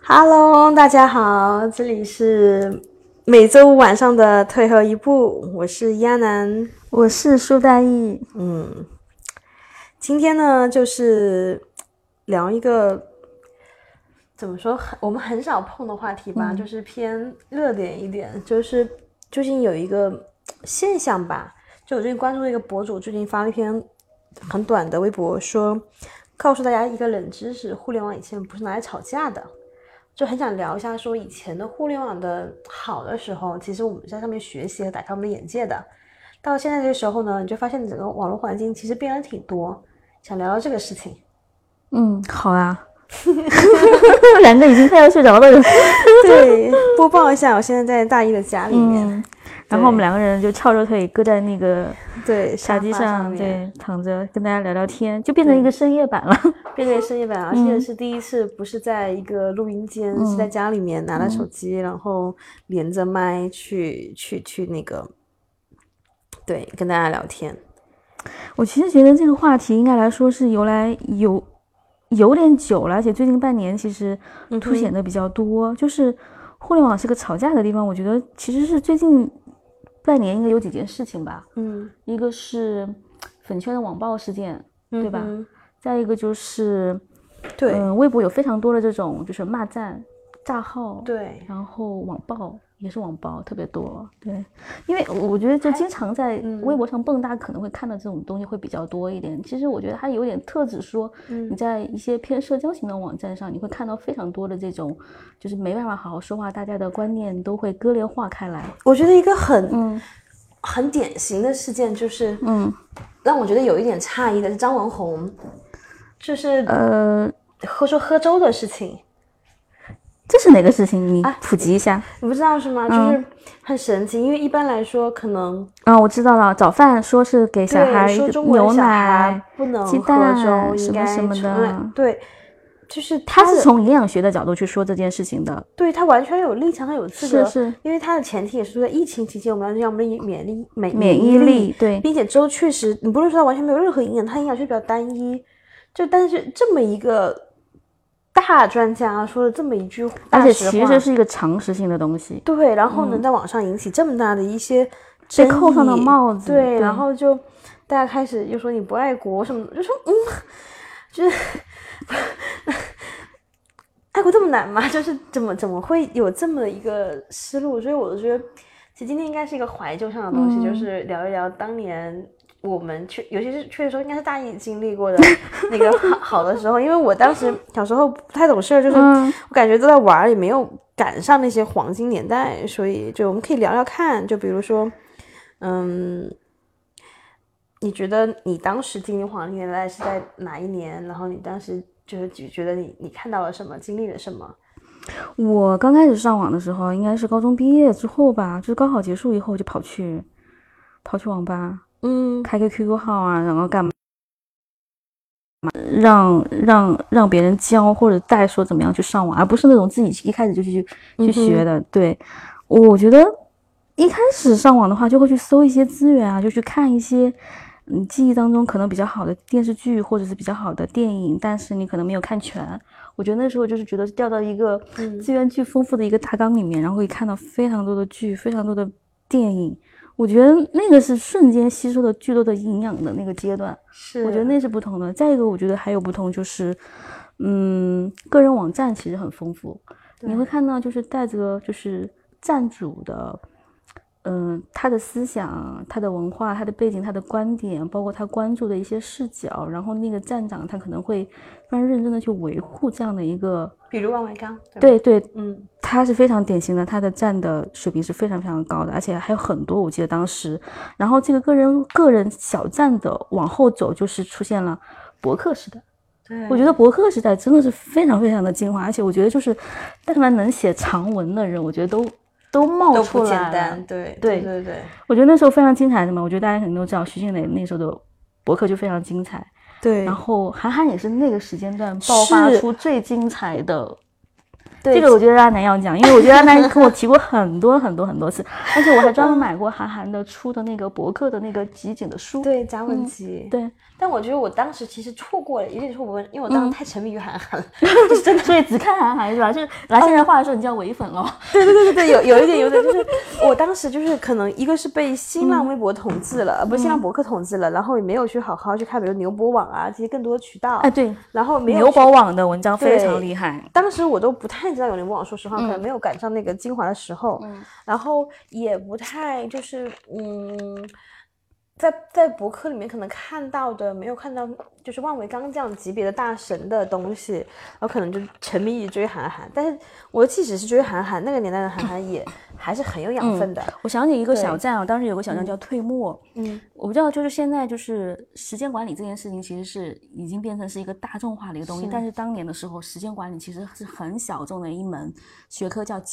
Hello，大家好，这里是每周五晚上的退后一步，我是亚楠， 我是苏大义。 今天呢，就是聊一个怎么说，我们很少碰的话题吧，就是偏热点一点，就是最近有一个现象吧，就我最近关注的一个博主，最近发了一篇很短的微博，说告诉大家一个冷知识：互联网以前不是拿来吵架的。就很想聊一下，说以前的互联网的好的时候，其实我们在上面学习和打开我们的眼界的。到现在这个时候呢，你就发现整个网络环境其实变得挺多，想聊聊这个事情。 好啊。两个已经快要睡着了。 对，播报一下，我现在在大一的家里面， 然后我们两个人就翘着腿搁在那个沙发上，对，躺着跟大家聊聊天，就变成一个深夜版了。 变成深夜版，而且是第一次不是在一个录音间，是在家里面拿了手机，然后连着麦去那个，对，跟大家聊天。 我其实觉得这个话题应该来说是有点久了，而且最近半年其实凸显的比较多。就是互联网是个吵架的地方，我觉得其实是最近半年应该有几件事情吧。一个是粉圈的网暴事件，对吧？再一个就是对， 微博有非常多的这种就是骂战、炸号， 对， 然后网暴也是网暴特别多，对，因为我觉得就经常在微博上蹦，大家可能会看到这种东西会比较多一点。其实我觉得它有点特指说，你在一些偏社交型的网站上，你会看到非常多的这种，就是没办法好好说话，大家的观念都会割裂化开来。 我觉得一个很典型的事件就是让我觉得有一点诧异的是张文宏，就是喝粥的事情。 这是哪个事情？你普及一下。 你不知道是吗？就是很神奇，因为一般来说可能我知道了，早饭说是给小孩牛奶、 不能鸡蛋什么什么的， 对，就是他是从营养学的角度去说这件事情的。 对，他完全有立场，他有资格， 是因为他的前提也是在疫情期间，我们要让我们的免疫力，对， 并且粥确实，你不能说它完全没有任何营养，它营养学比较单一，但是这么一个大专家说了这么一句大实话， 而且其实是一个常识性的东西。 对，然后能在网上引起这么大的一些争议， 被扣上的帽子， 对，然后就大家开始又说你不爱国什么的，就说就是爱国这么难吗？就是怎么会有这么一个思路？所以我就觉得，其实今天应该是一个怀旧上的东西，就是聊一聊当年我们尤其是确实说应该是大一经历过的那个好的时候，因为我当时小时候不太懂事，就是我感觉都在玩，也没有赶上那些黄金年代，所以就我们可以聊聊看，就比如说，你觉得你当时经历黄金年代是在哪一年？然后你当时就是觉得你看到了什么，经历了什么？ 我刚开始上网的时候，应该是高中毕业之后吧，就是高考结束以后就跑去网吧，开个 QQ 号啊，然后干嘛，让别人教或者带说怎么样去上网，而不是那种自己一开始就去学的。对，我觉得一开始上网的话，就会去搜一些资源啊，就去看一些记忆当中可能比较好的电视剧或者是比较好的电影，但是你可能没有看全。我觉得那时候就是觉得掉到一个资源巨丰富的一个大纲里面，然后会看到非常多的剧，非常多的电影。我觉得那个是瞬间吸收了巨多的营养的那个阶段，我觉得那是不同的。再一个，我觉得还有不同就是，个人网站其实很丰富，你会看到就是带着就是站主的。他的思想、他的文化、他的背景、他的观点，包括他关注的一些视角，然后那个站长他可能会非常认真的去维护这样的一个， 比如万维钢， 对，他是非常典型的，他的站的水平是非常非常高的，而且还有很多我记得当时，然后这个个人小站的往后走就是出现了博客时代。 对， 我觉得博客时代真的是非常非常的进化，而且我觉得就是但凡能写长文的人，我觉得都冒出来了， 对， 我觉得那时候非常精彩的嘛。我觉得大家肯定都知道，徐静蕾那时候的博客就非常精彩， 对。 然后韩寒也是那个时间段爆发出最精彩的这个我觉得阿南要讲，因为我觉得阿南跟我提过很多很多很多次，而且我还专门买过韩寒的出的那个博客的那个集锦的书， 对，杂文集， 对。 但我觉得我当时其实错过了，有点错过，因为我当时太沉迷于韩寒了， 就是真的，所以只看韩寒是吧？就是拿现在话说，你叫伪粉了。 对，有一点，就是我当时就是可能一个是被新浪微博统治了，不是新浪博客统治了，然后也没有去好好去看，比如牛博网啊这些更多渠道。 哎，对， 然后没有牛博网的文章非常厉害。 当时我都不太知道有牛博网，说实话，可能没有赶上那个精华的时候，然后也不太就是在博客里面可能看到的没有看到就是万维钢这样级别的大神的东西，然后可能就沉迷于追韩寒。但是我即使是追韩寒，那个年代的韩寒也还是很有养分的。 我想起一个小站啊，当时有个小站叫退墨，我不知道就是现在就是时间管理这件事情其实是已经变成是一个大众化的一个东西，但是当年的时候时间管理其实是很小众的一门学科，叫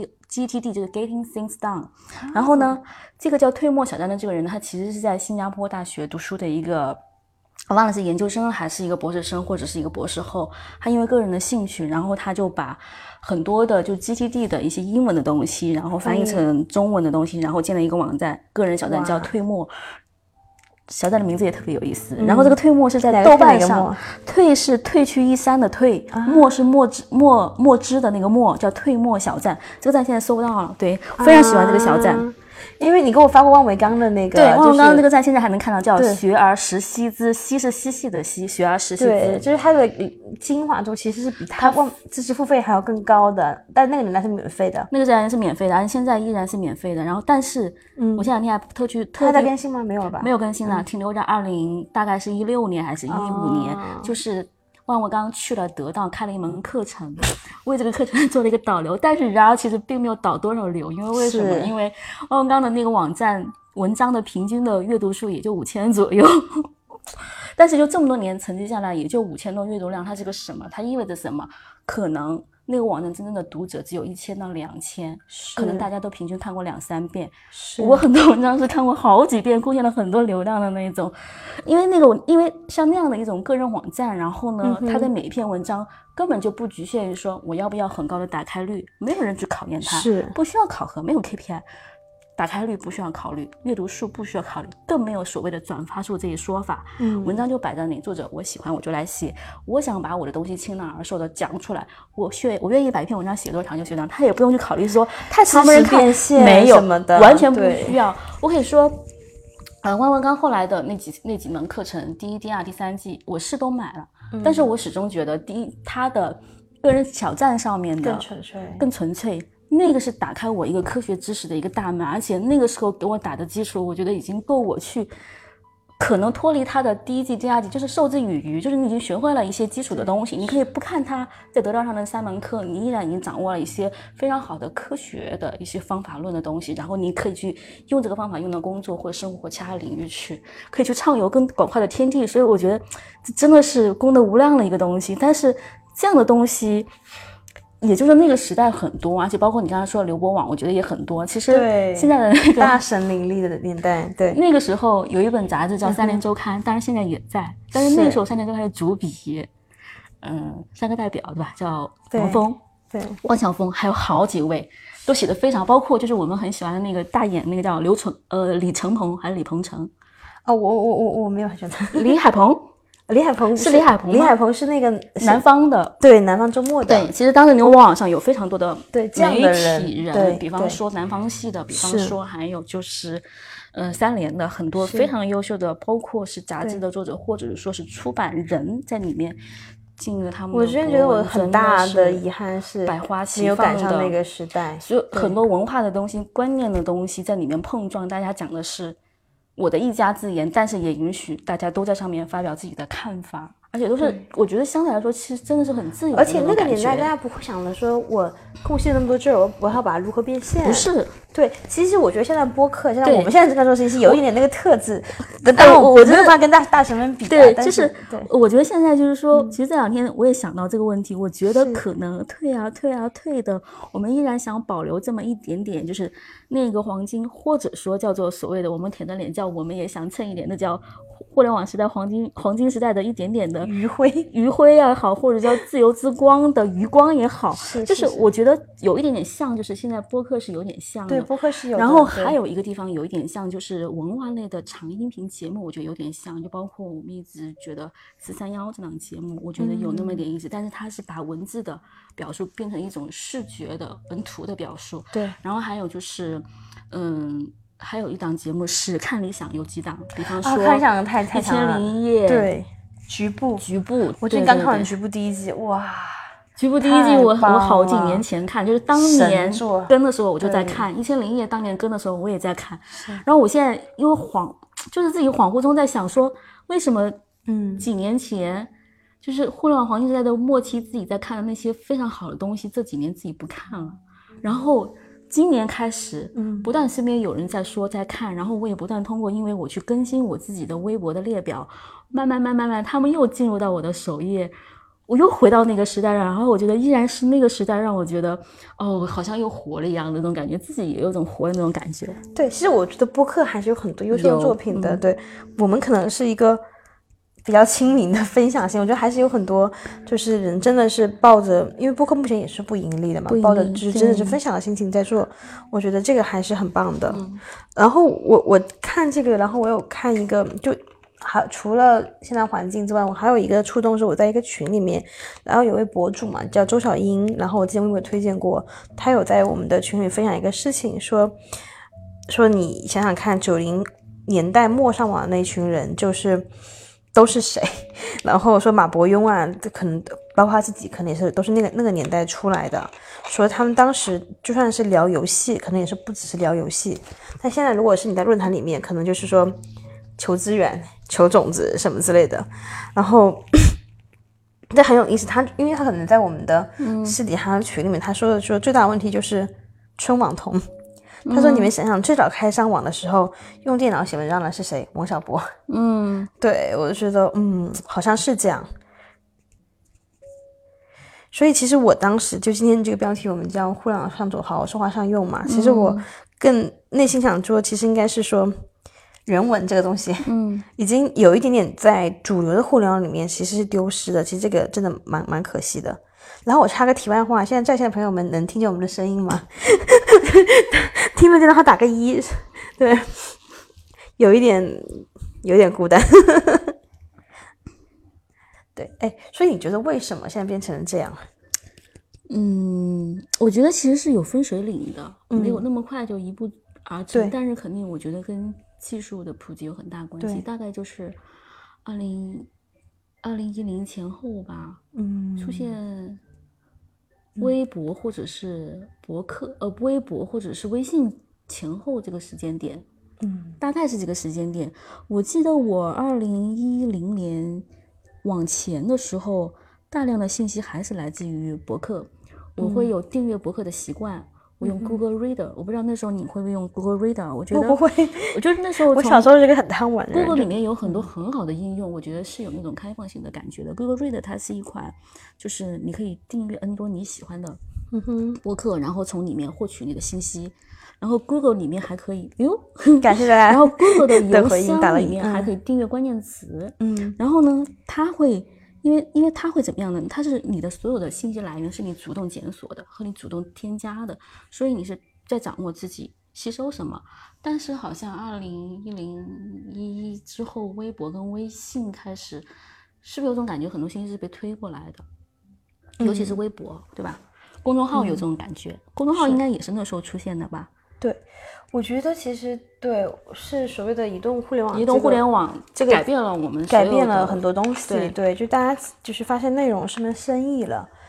GTD 就是 Getting Things Done。然后呢，这个叫退墨小站的这个人，他其实是在新加坡大学读书的一个，我忘了是研究生还是一个博士生或者是一个博士后。他因为个人的兴趣，然后他就把很多的就 GTD 的一些英文的东西，然后翻译成中文的东西，然后建了一个网站，个人小站叫退墨。小站的名字也特别有意思，然后这个退墨是在豆瓣上，退是褪去衣衫的退，墨是墨汁的那个墨，叫退墨小站。这个站现在搜不到了，对，非常喜欢这个小站。 因为你给我发过汪维刚的那个， 对，汪维刚这个站现在还能看到，叫学而时习之，习是嬉戏的嬉，学而时习之， 对，就是它的精华度其实是比它知识付费还要更高的，但那个年代是免费的， 那个站是免费的，而现在依然是免费的。然后，但是我前两天还特它在更新吗？没有了吧？ 没有更新了，停留在大概是16年还是15年，就是汪维刚去了得到开了一门课程，为这个课程做了一个导流，但是然而其实并没有导多少流，因为为什么？因为汪维刚的那个网站文章的平均的阅读数也就5000左右，但是就这么多年沉积下来，也就5000多阅读量，它是个什么？它意味着什么？可能那个网站真正的读者只有1000到2000，可能大家都平均看过2-3遍。我很多文章是看过好几遍，贡献了很多流量的那种。因为像那样的一种个人网站，然后呢，它的每一篇文章根本就不局限于说我要不要很高的打开率，没有人去考验它，不需要考核，没有 KPI。打开率不需要考虑，阅读数不需要考虑，更没有所谓的转发数这一说法。文章就摆在那里，作者我喜欢我就来写，我想把我的东西倾囊而授的讲出来，我愿意把一篇文章写多长就写多长，他也不用去考虑说太长没人看，没有，完全不需要。我可以说汪维刚后来的那几门课程，第1、第2、第3季我是都买了，但是我始终觉得他的个人小站上面的更纯粹。那个是打开我一个科学知识的一个大门，而且那个时候给我打的基础，我觉得已经够我去可能脱离他的第1季、第2季，就是受之以渔，就是你已经学会了一些基础的东西，你可以不看他在得道上的3门课，你依然已经掌握了一些非常好的科学的一些方法论的东西，然后你可以去用这个方法用到工作或者生活或其他领域去，可以去畅游更广阔的天地。所以我觉得这真的是功德无量的一个东西，但是这样的东西也就是那个时代很多，而且包括你刚才说的刘博网，我觉得也很多。其实现在的那个大神林立的年代，对， 那个时候有一本杂志叫《3联周刊》，当然现在也在，但是那个时候《3联周刊》的主笔，3个代表对吧？叫王峰、 对， 汪晓峰，还有好几位都写的非常，包括就是我们很喜欢的那个大眼那个叫李承鹏还是李鹏程？ 我没有很喜欢李海鹏。 李海鹏是李海鹏吗？ 李海鹏是那个南方的， 对，南方周末的。 对，其实当时牛博网上有非常多的对这样的媒体人，比方说南方系的，比方说还有就是3联的很多非常优秀的，包括是杂志的作者或者说是出版人在里面进入他们的。 我之前觉得我很大的遗憾是百花齐没有放赶上那个时代， 所以很多文化的东西、观念的东西在里面碰撞，大家讲的是我的一家之言，但是也允许大家都在上面发表自己的看法，而且都是我觉得相对来说其实真的是很自由的。 而且那个年代大家不会想着说我贡献那么多劲儿，我要把它如何变现。 不是， 对，其实我觉得现在播客，现在我们现在正在做事情是有一点那个特质， 但我没有办法跟大神们比。 对， 但就是对， 我觉得现在就是说，其实这2天我也想到这个问题，我觉得可能退的，我们依然想保留这么一点点，就是那个黄金，或者说叫做所谓的我们舔着脸叫我们也想蹭一点，那叫互联网时代黄金时代的一点点的余晖也好，或者叫自由之光的余光也好，就是我觉得有一点点像，就是现在播客是有点像的， 对，播客是有的。 然后还有一个地方有一点像，就是文化类的长音频节目，我觉得有点像，就包括我们一直觉得431这档节目，我觉得有那么点意思，但是它是把文字的表述变成一种视觉的本土的表述。 对， 然后还有就是还有一档节目是看理想有几档，比方说看理想太长了， 1001夜， 对，局部，我最近刚看完局部第1季，哇， 局部第1季我好几年前看，就是当年更的时候我就在看1001夜，当年更的时候我也在看，然后我现在因为就是自己恍惚中在想说，为什么几年前就是互联网黄金时代的末期自己在看的那些非常好的东西，这几年自己不看了，然后今年开始不但身边有人在说在看，然后我也不断通过因为我去更新我自己的微博的列表，慢慢他们又进入到我的首页，我又回到那个时代上，然后我觉得依然是那个时代让我觉得好像又活了一样的那种感觉，自己也有种活的那种感觉。 对，其实我觉得播客还是有很多优秀的作品的，对，我们可能是一个比较亲民的分享性，我觉得还是有很多就是人真的是抱着，因为播客目前也是不盈利的嘛，抱着就是真的是分享的心情在做，我觉得这个还是很棒的。然后我看这个，然后我有看一个，就除了现在环境之外，我还有一个触动是我在一个群里面，然后有位博主嘛叫周小英，然后我之前微博推荐过，他有在我们的群里分享一个事情，说你想想看90年代末上网的那群人就是都是谁，然后说马伯庸啊，可能包括他自己可能也是都是那个年代出来的，说他们当时就算是聊游戏可能也是不只是聊游戏，但现在如果是你在论坛里面可能就是说求资源求种子什么之类的，然后这很有意思，因为他可能在我们的私底下群里面他说最大的问题就是春网童，他说你们想想最早开上网的时候用电脑写文章的是谁？王小波。对，我就觉得好像是这样。所以其实我当时就今天这个标题我们叫互联网上走好说话上用嘛，其实我更内心想说其实应该是说人文这个东西已经有一点点在主流的互联网里面其实是丢失的，其实这个真的蛮可惜的。然后我插个题外话，现在在线的朋友们能听见我们的声音吗？听得见的话打个1。对，有一点孤单。对，所以你觉得为什么现在变成这样？ 我觉得其实是有分水岭的，没有那么快就一步而成，但是肯定我觉得跟技术的普及有很大关系，大概就是2010前后吧，出现微博或者是微博或者是微信前后这个时间点，大概是这个时间点。我记得我2010年往前的时候，大量的信息还是来自于博客，我会有订阅博客的习惯。我用 Google Reader，我不知道那时候你会不会用 Google Reader？ 我觉得不会， 我觉得那时候我小时候是一个很贪玩的人。 Google 里面有很多很好的应用，我觉得是有那种开放性的感觉的。Google Reader 它是一款，就是你可以订阅 N 多你喜欢的播客，然后从里面获取你的信息。然后 Google 里面还可以， 感谢大家。 然后 Google 的邮箱里面还可以订阅关键词。然后呢，它会。因为它会怎么样呢？它是你的所有的信息来源是你主动检索的和你主动添加的，所以你是在掌握自己吸收什么。但是好像2010之后，微博跟微信开始，是不是有种感觉很多信息是被推过来的？尤其是微博，对吧？公众号有这种感觉，公众号应该也是那时候出现的吧？ 对，我觉得其实对是所谓的移动互联网， 移动互联网这个改变了我们， 改变了很多东西。对，就大家就是发现内容是门生意了。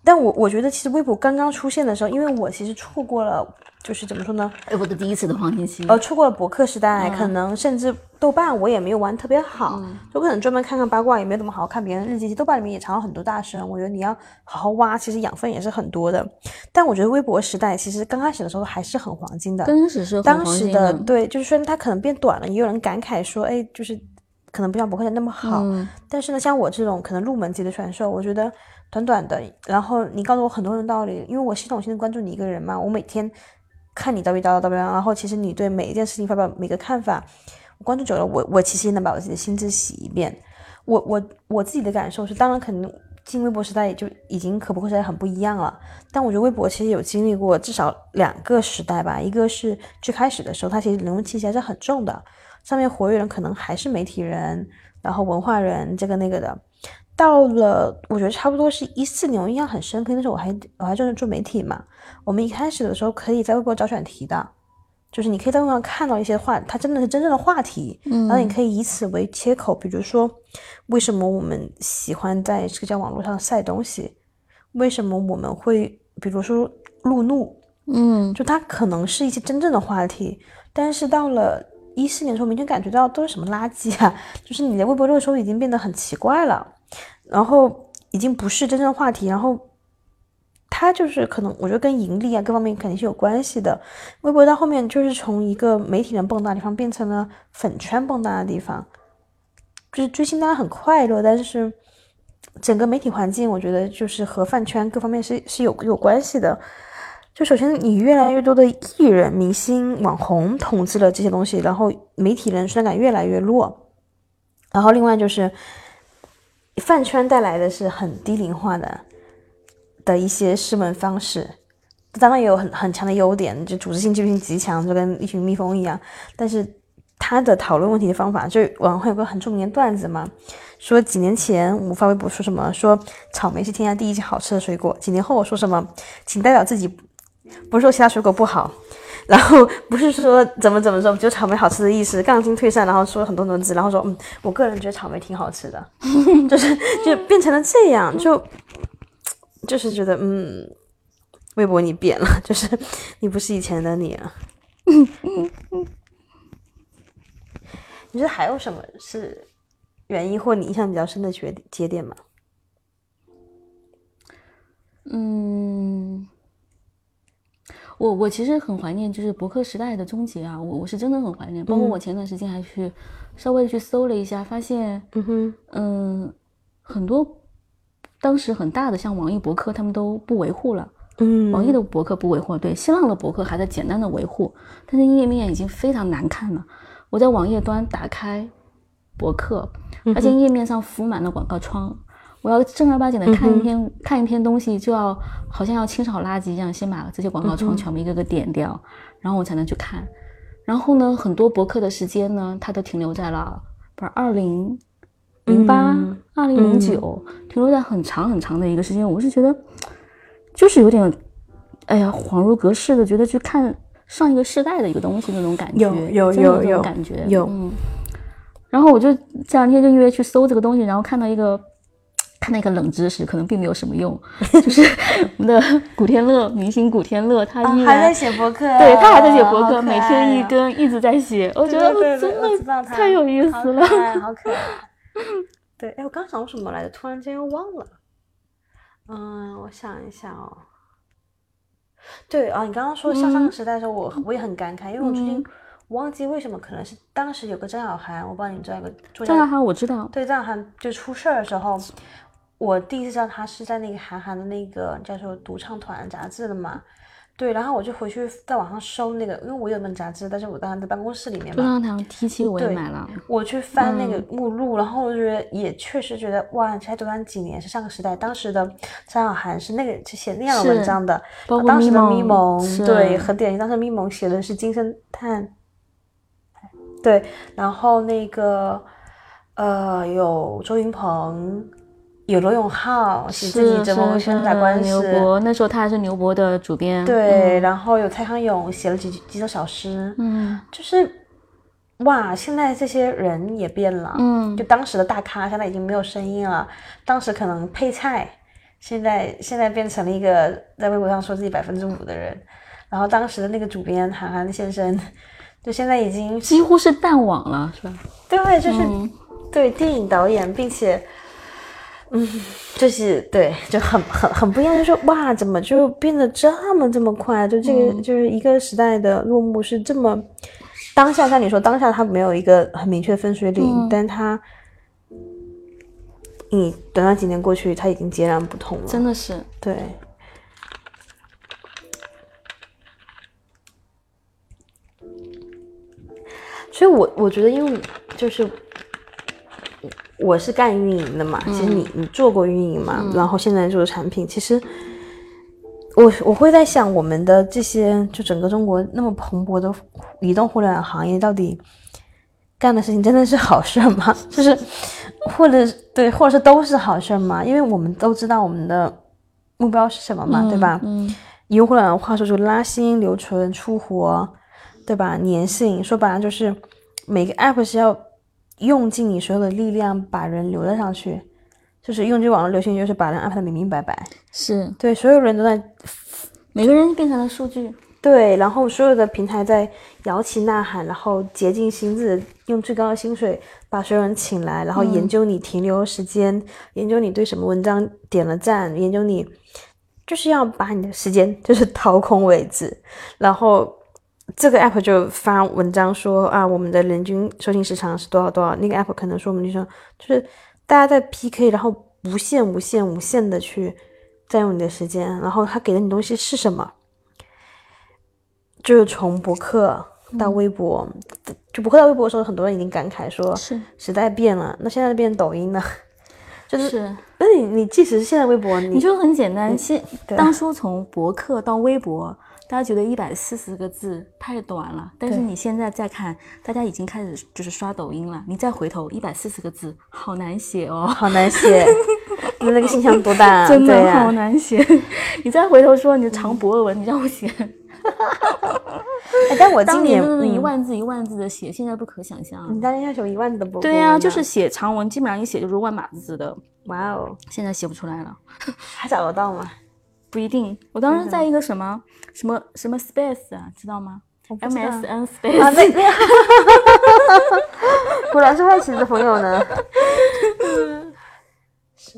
但我觉得其实微博刚刚出现的时候，因为我其实错过了，就是怎么说呢？ 我的第一次的黄金期， 错过了博客时代，可能甚至豆瓣我也没有玩特别好，就可能专门看看八卦，也没有怎么好好看别人的日记。豆瓣里面也藏了很多大神，我觉得你要好好挖，其实养分也是很多的。但我觉得微博时代其实刚开始的时候还是很黄金的，当时的对，就是虽然它可能变短了，也有人感慨说，哎，就是可能不像博客那么好，但是呢，像我这种可能入门级的传授，我觉得短短的，然后你告诉我很多的道理，因为我系统性的关注你一个人嘛，我每天看你叨逼叨叨叨逼叨，然后其实你对每一件事情发表每个看法，我关注久了，我其实也能把我自己的心智洗一遍。我自己的感受是，当然肯定进微博时代也就已经和博客时代很不一样了，但我觉得微博其实有经历过至少2个时代吧，一个是最开始的时候，它其实人文气息还是很重的，上面活跃人可能还是媒体人，然后文化人这个那个的。到了我觉得差不多是14年，我印象很深刻，那时候我还正在做媒体嘛，我们一开始的时候可以在微博找选题的，就是你可以在微博上看到一些话，它真的是真正的话题，然后你可以以此为切口，比如说为什么我们喜欢在社交网络上晒东西，为什么我们会比如说路怒，就它可能是一些真正的话题，但是到了14年的时候，明显感觉到都是什么垃圾啊，就是你的微博这个时候已经变得很奇怪了，然后已经不是真正的话题，然后它就是可能我觉得跟盈利啊各方面肯定是有关系的。微博到后面就是从一个媒体人蹦跶的地方变成了粉圈蹦跶的地方，就是追星当然很快乐，但是整个媒体环境我觉得就是和饭圈各方面是有关系的。就首先你越来越多的艺人、明星、网红统治了这些东西，然后媒体人存在感越来越弱，然后另外就是饭圈带来的是很低龄化的一些施文方式，当然也有很强的优点，就组织性、纪律性极强，就跟一群蜜蜂一样，但是他的讨论问题的方法，就网上有个很著名的段子嘛，说几年前我发微博说什么，说草莓是天下第一好吃的水果，几年后我说什么，请代表自己，不是说其他水果不好，然后不是说怎么说，就草莓好吃的意思，杠精退散，然后说很多字，然后说我个人觉得草莓挺好吃的，就变成了这样，就是觉得微博你变了，就是你不是以前的你了。你觉得还有什么是原因或你印象比较深的节点吗？ 我其实很怀念，就是博客时代的终结啊，我是真的很怀念。包括我前段时间还去稍微去搜了一下，发现很多当时很大的像网易博客他们都不维护了。网易的博客不维护，对，新浪的博客还在简单的维护，但是页面已经非常难看了。我在网页端打开博客，发现页面上浮满了广告窗。我要正儿八经的看一篇东西，就要好像要清扫垃圾一样，先把这些广告窗全部一个个点掉，然后我才能去看。然后呢，很多博客的时间呢，它都停留在了2008、2009，停留在很长很长的一个时间。我是觉得，就是有点，哎呀，恍如隔世的，觉得去看上一个世代的一个东西那种感觉，有这种感觉，然后我就这2天就约去搜这个东西，然后看到一个冷知识，可能并没有什么用，就是我们的古天乐，明星古天乐，他依然还在写博客， 对，他还在写博客，每天一更，一直在写，我觉得真的太有意思了， 好可爱。对，哎，我刚想说什么来着，突然间又忘了。我想一下哦。对啊，你刚刚说上个时代的时候，我也很感慨，因为我最近忘记为什么，可能是当时有个张小涵，我不知道你知道一个作家， 张小涵我知道， 对，张小涵就出事的时候，我第一次知道他是在那个韩寒的那个叫做独唱团杂志的嘛。对，然后我就回去在网上搜那个，因为我有本杂志，但是我当时在办公室里面嘛。 中央堂 T7我也买了。 我去翻那个目录，然后我觉得也确实觉得哇，才短短几年是上个时代，当时的张小涵是那个就写那样的文章的， 包括当时的咪蒙，对，很典型。当时咪蒙写的是金圣叹，对，然后那个有周云鹏。有罗永浩写自己怎么跟打官司， 牛博那时候他还是牛博的主编， 对，然后有蔡康永写了几首小诗，就是哇，现在这些人也变了，就当时的大咖现在已经没有声音了，当时可能配菜现在变成了一个在微博上说自己5%的人，然后当时的那个主编韩寒先生，就现在已经几乎是淡网了，是吧？ 对，就是、对电影导演，并且就是对，就很不一样，就说哇，怎么就变得这么快？就这个、就是一个时代的落幕是这么当下，像你说当下他没有一个很明确的分水岭，但他你短短几年过去，他已经截然不同了， 真的是对。所以我觉得，因为就是我是干运营的嘛，其实你做过运营嘛，然后现在做的产品，其实我会在想，我们的这些就整个中国那么蓬勃的移动互联网行业，到底干的事情真的是好事吗？就是或者是都是好事吗？因为我们都知道我们的目标是什么嘛，对吧？移动互联网话说就拉新、留存、出活，对吧？粘性，说白了就是每个 app 是要用尽你所有的力量把人留了上去，就是用这网络流行就是把人安排的明明白白， 是对，所有人都在， 每个人变成了数据， 对，然后所有的平台在摇旗呐喊，然后竭尽心智用最高的薪水把所有人请来，然后研究你停留时间，研究你对什么文章点了赞，研究你就是要把你的时间就是掏空为止，然后这个 app 就发文章说啊，我们的人均收听时长是多少多少，那个 app 可能说我们就是大家在 PK， 然后无限的去占用你的时间，然后他给的你东西是什么？就是从博客到微博，就博客到微博的时候，很多人已经感慨说， 是时代变了，那现在变抖音了，就是那你即使是现在微博， 你就很简单，当初从博客到微博。大家觉得140个字太短了，但是你现在再看，大家已经开始就是刷抖音了。你再回头140个字，好难写哦， 好难写，那个信箱多大啊？ 真的好难写。你再回头说你的长博文，你让我写， 但我今年当年1万字1万字的写，现在不可想象。 你当年要写1万字的博文？ 对呀，就是写长文，基本上一写就是万码字的。 哇哦， 现在写不出来了， 还找得到吗？ 不一定。我当时在一个什么 space 啊，知道吗？MSN space 啊，果然是外企的朋友呢。是，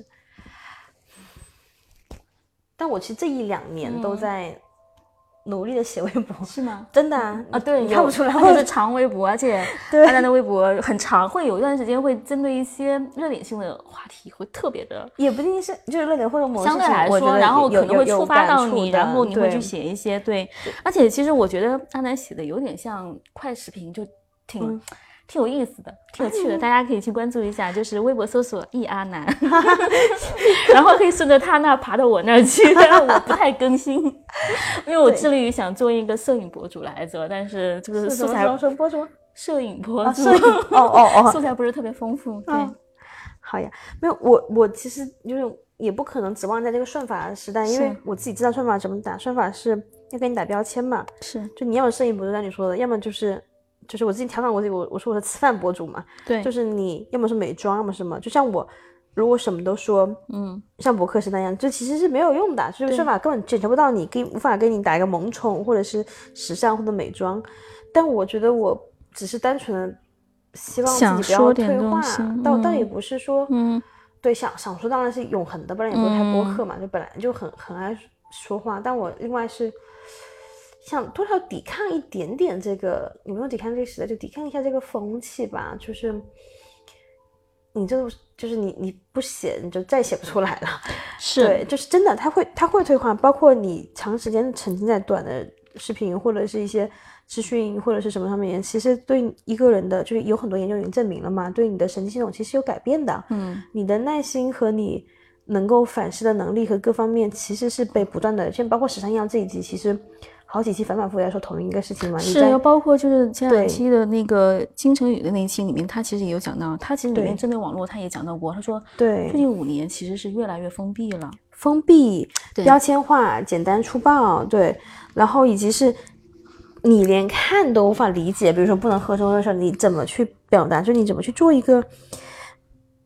但我其实这1-2年都在努力的写微博， 是吗？ 真的啊， 对， 你看不出来， 或者是长微博，而且大家的微博很长，会有一段时间会针对一些热点性的话题，会特别的， 也不一定是就是热点或者某相对来说，然后可能会触发到你，然后你会去写一些对，而且其实我觉得阿南写的有点像快视频，就挺有意思的，挺有趣的，大家可以去关注一下，就是微博搜索易阿南，然后可以顺着他那爬到我那儿去，但我不太更新，因为我致力于想做一个摄影博主来着，但是这个素材博主， 摄影博主，素材不是特别丰富，对， 好呀，没有我其实就是也不可能指望在这个算法的时代，因为我自己知道算法怎么打，算法是要给你打标签嘛， 是， 就你要么摄影博主像你说的，要么就是我自己调侃我自己，我说我是吃饭博主嘛， 对， 就是你要么是美妆，要么什么，就像我如果什么都说，像博客是那样，这其实是没有用的，就是算法根本检测不到你，无法给你打一个萌宠或者是时尚或者美妆，但我觉得我只是单纯的希望自己不要退化，倒也不是说，对，想说当然是永恒的，不然也不会开播客嘛，就本来就很爱说话，但我另外是想多少抵抗一点点这个，有没有抵抗这个时代，就抵抗一下这个风气吧。就是你就是你不写，你就再写不出来了。 是， 对，就是真的，它会退化，包括你长时间沉浸在短的视频或者是一些资讯或者是什么上面，其实对一个人的，就是有很多研究已经证明了嘛，对你的神经系统其实有改变的。你的耐心和你能够反思的能力和各方面其实是被不断的，像包括时尚医药这一集，其实好几期反复来说同一个事情嘛。 是，要包括就是前2期的那个金城宇的那一期里面，他其实也有讲到，他其实里面针对网络他也讲到过，他说最近5年其实是越来越封闭了， 封闭、标签化、简单粗暴，对，然后以及是你连看都无法理解，比如说不能喝粥的时候，你怎么去表达，就你怎么去做一个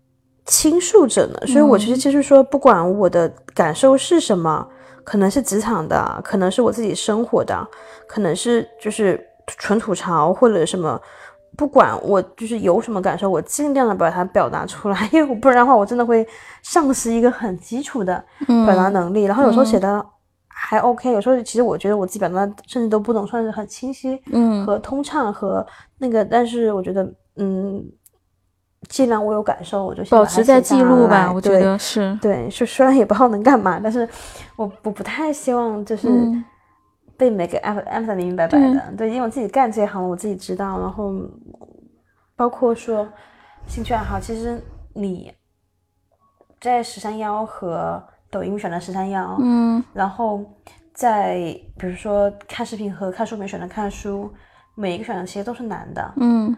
倾诉者呢？所以我其实就是说，不管我的感受是什么，可能是职场的，可能是我自己生活的，可能是就是纯吐槽或者什么，不管我就是有什么感受，我尽量的把它表达出来，因为不然的话，我真的会丧失一个很基础的表达能力。然后有时候写的还 OK，有时候其实我觉得我自己表达甚至都不能算是很清晰，和通畅和那个，但是我觉得既然我有感受，我就保持在记录吧，我觉得是对，虽然也不知道能干嘛，但是我不太希望就是被每个 M 明明白白的，对，因为我自己干这一行，我自己知道，然后包括说兴趣爱好，其实你在131和抖音选的131，然后在比如说看视频和看书里面选的看书，每一个选的其实都是难的，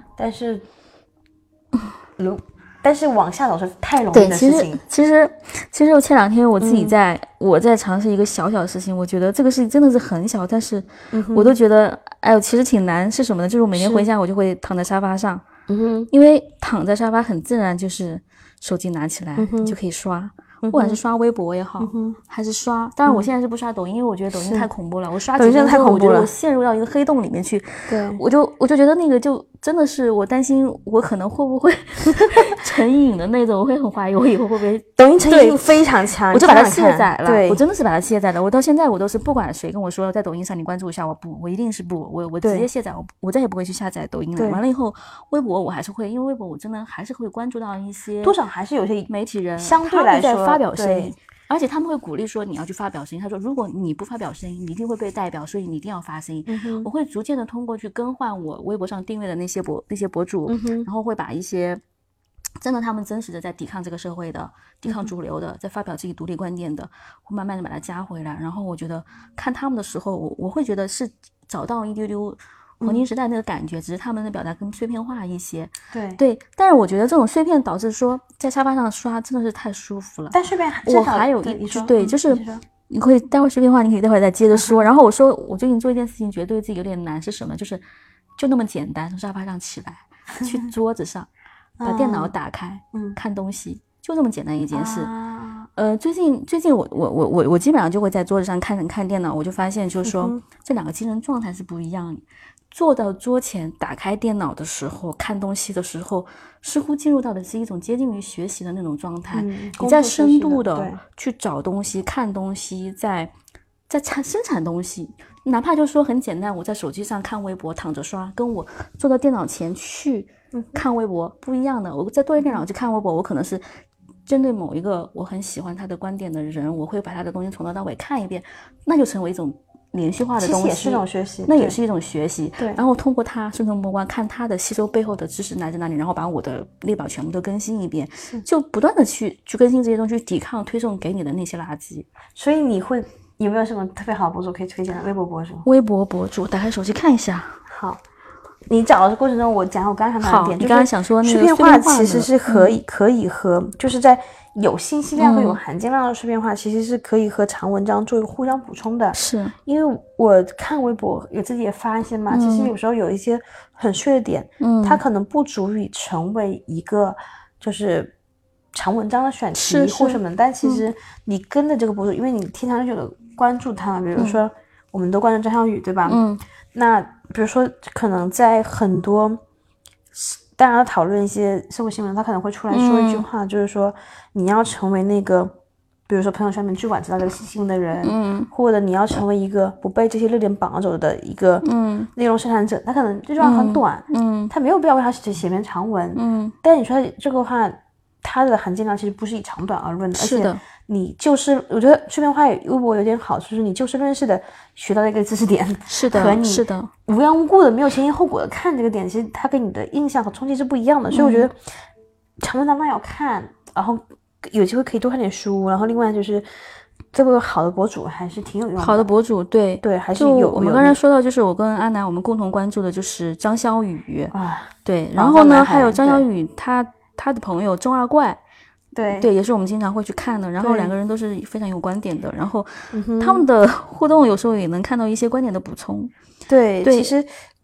但是往下走是太容易的事情。 其实我前2天我自己我在尝试一个小小的事情，我觉得这个事情真的是很小，但是我都觉得哎呦其实挺难。是什么呢？就是我每天回家我就会躺在沙发上，因为躺在沙发很自然，就是手机拿起来你就可以刷。不管是刷微博也好，还是刷，当然我现在是不刷抖音，因为我觉得抖音太恐怖了。我刷几分钟，我觉得我陷入到一个黑洞里面去。 对， 我就觉得那个就真的是我担心我可能会不会成瘾的那种，我会很怀疑我以后会不会抖音成瘾性非常强， 我就把它卸载了。 对， 我真的是把它卸载了。我到现在我都是不管谁跟我说在抖音上你关注一下，我一定是不，我直接卸载，我再也不会去下载抖音了。完了以后，微博我还是会，因为微博我真的还是会关注到一些多少还是有些媒体人相对来说发表声音，而且他们会鼓励说你要去发表声音。他说如果你不发表声音，你一定会被代表，所以你一定要发声音。我会逐渐的通过去更换我微博上订阅的那些博主，然后会把一些真的他们真实的在抵抗这个社会的，抵抗主流的，在发表自己独立观点的，会慢慢的把它加回来。然后我觉得看他们的时候，我会觉得是找到一丢丢黄金时代那个感觉，只是他们的表达更碎片化一些。对，但是我觉得这种碎片导致说在沙发上刷真的是太舒服了。 但碎片我还有一句对，就是你可以待会儿碎片化，你可以待会儿再接着说。然后我说我最近做一件事情，觉得对自己有点难是什么？就那么简单，从沙发上起来，去桌子上把电脑打开，看东西，就这么简单一件事。最近我基本上就会在桌子上看电脑，我就发现就是说这两个精神状态是不一样的。坐到桌前打开电脑的时候，看东西的时候，似乎进入到的是一种接近于学习的那种状态。你在深度的去找东西、看东西，在生产东西，哪怕就说很简单，我在手机上看微博躺着刷，跟我坐到电脑前去看微博不一样的。我在坐在电脑去看微博，我可能是针对某一个我很喜欢他的观点的人，我会把他的东西从头到尾看一遍，那就成为一种连续化的东西， 其实也是一种学习， 那也是一种学习。 对， 然后通过它顺藤摸瓜，看它的吸收背后的知识来自哪里，然后把我的列表全部都更新一遍，就不断的去更新这些东西，去抵抗推送给你的那些垃圾。 所以有没有什么特别好的博主可以推荐的？微博博主？ 微博博主，打开手机看一下。 好，你找的过程中，我刚刚想到的点， 你刚刚想说那个碎片化其实是可以和就是在有信息量和有含金量的碎片化，其实是可以和长文章做一个互相补充的。 是因为我看微博，有自己也发现嘛，其实有时候有一些很碎的点，它可能不足以成为一个就是长文章的选题或什么，但其实你跟着这个博主，因为你经常就有关注他嘛，比如说我们都关注张小雨，对吧？那比如说可能在很多大家讨论一些社会新闻，他可能会出来说一句话，就是说你要成为那个比如说朋友圈里面最晚知道这个新闻的人，或者你要成为一个不被这些热点绑走的一个内容生产者，他可能这句话很短，他没有必要为他写篇长文，但你说这个话它的含金量其实不是以长短而论的，而且你我觉得碎片化微博有点好处，就是你就事论事的学到一个知识点， 是的， 和你无缘无故的没有前因后果的看这个点，其实它给你的印象和冲击是不一样的，所以我觉得长文章当然要看，然后有机会可以多看点书，然后另外就是这个好的博主还是挺有用的。 好的博主，对， 还是有。 我们刚才说到，就是我跟阿南我们共同关注的就是张小雨啊， 对，然后呢还有张小雨他的朋友钟二怪。对，也是我们经常会去看的，然后两个人都是非常有观点的，然后他们的互动有时候也能看到一些观点的补充。 对，其实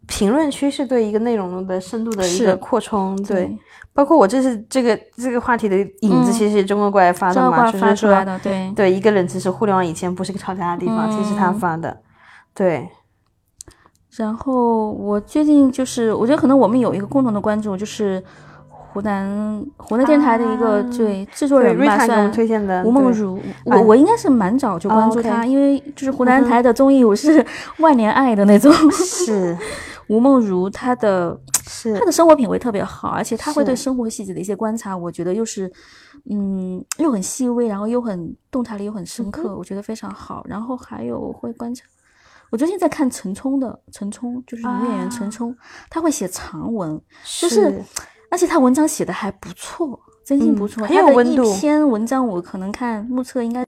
评论区是对一个内容的深度的一个扩充，对，包括我这个话题的影子，其实是中国过来发的嘛，就是说，对一个人其实互联网以前不是一个吵架的地方，其实是他发的，对。 然后我最近就是，我觉得可能我们有一个共同的关注，就是湖南电台的一个对制作人吧，算推荐的吴梦如。我应该是蛮早就关注他，因为就是湖南台的综艺，我是万年爱的那种。 是吴梦如，她的生活品味特别好，而且她会对生活细节的一些观察，我觉得又是又很细微，然后又很动态力又很深刻，我觉得非常好。然后还有我会观察。我最近在看陈冲，就是女演员陈冲，她会写长文，就是而且她文章写的还不错，真心不错。 很有温度。 一篇文章我可能看目测应该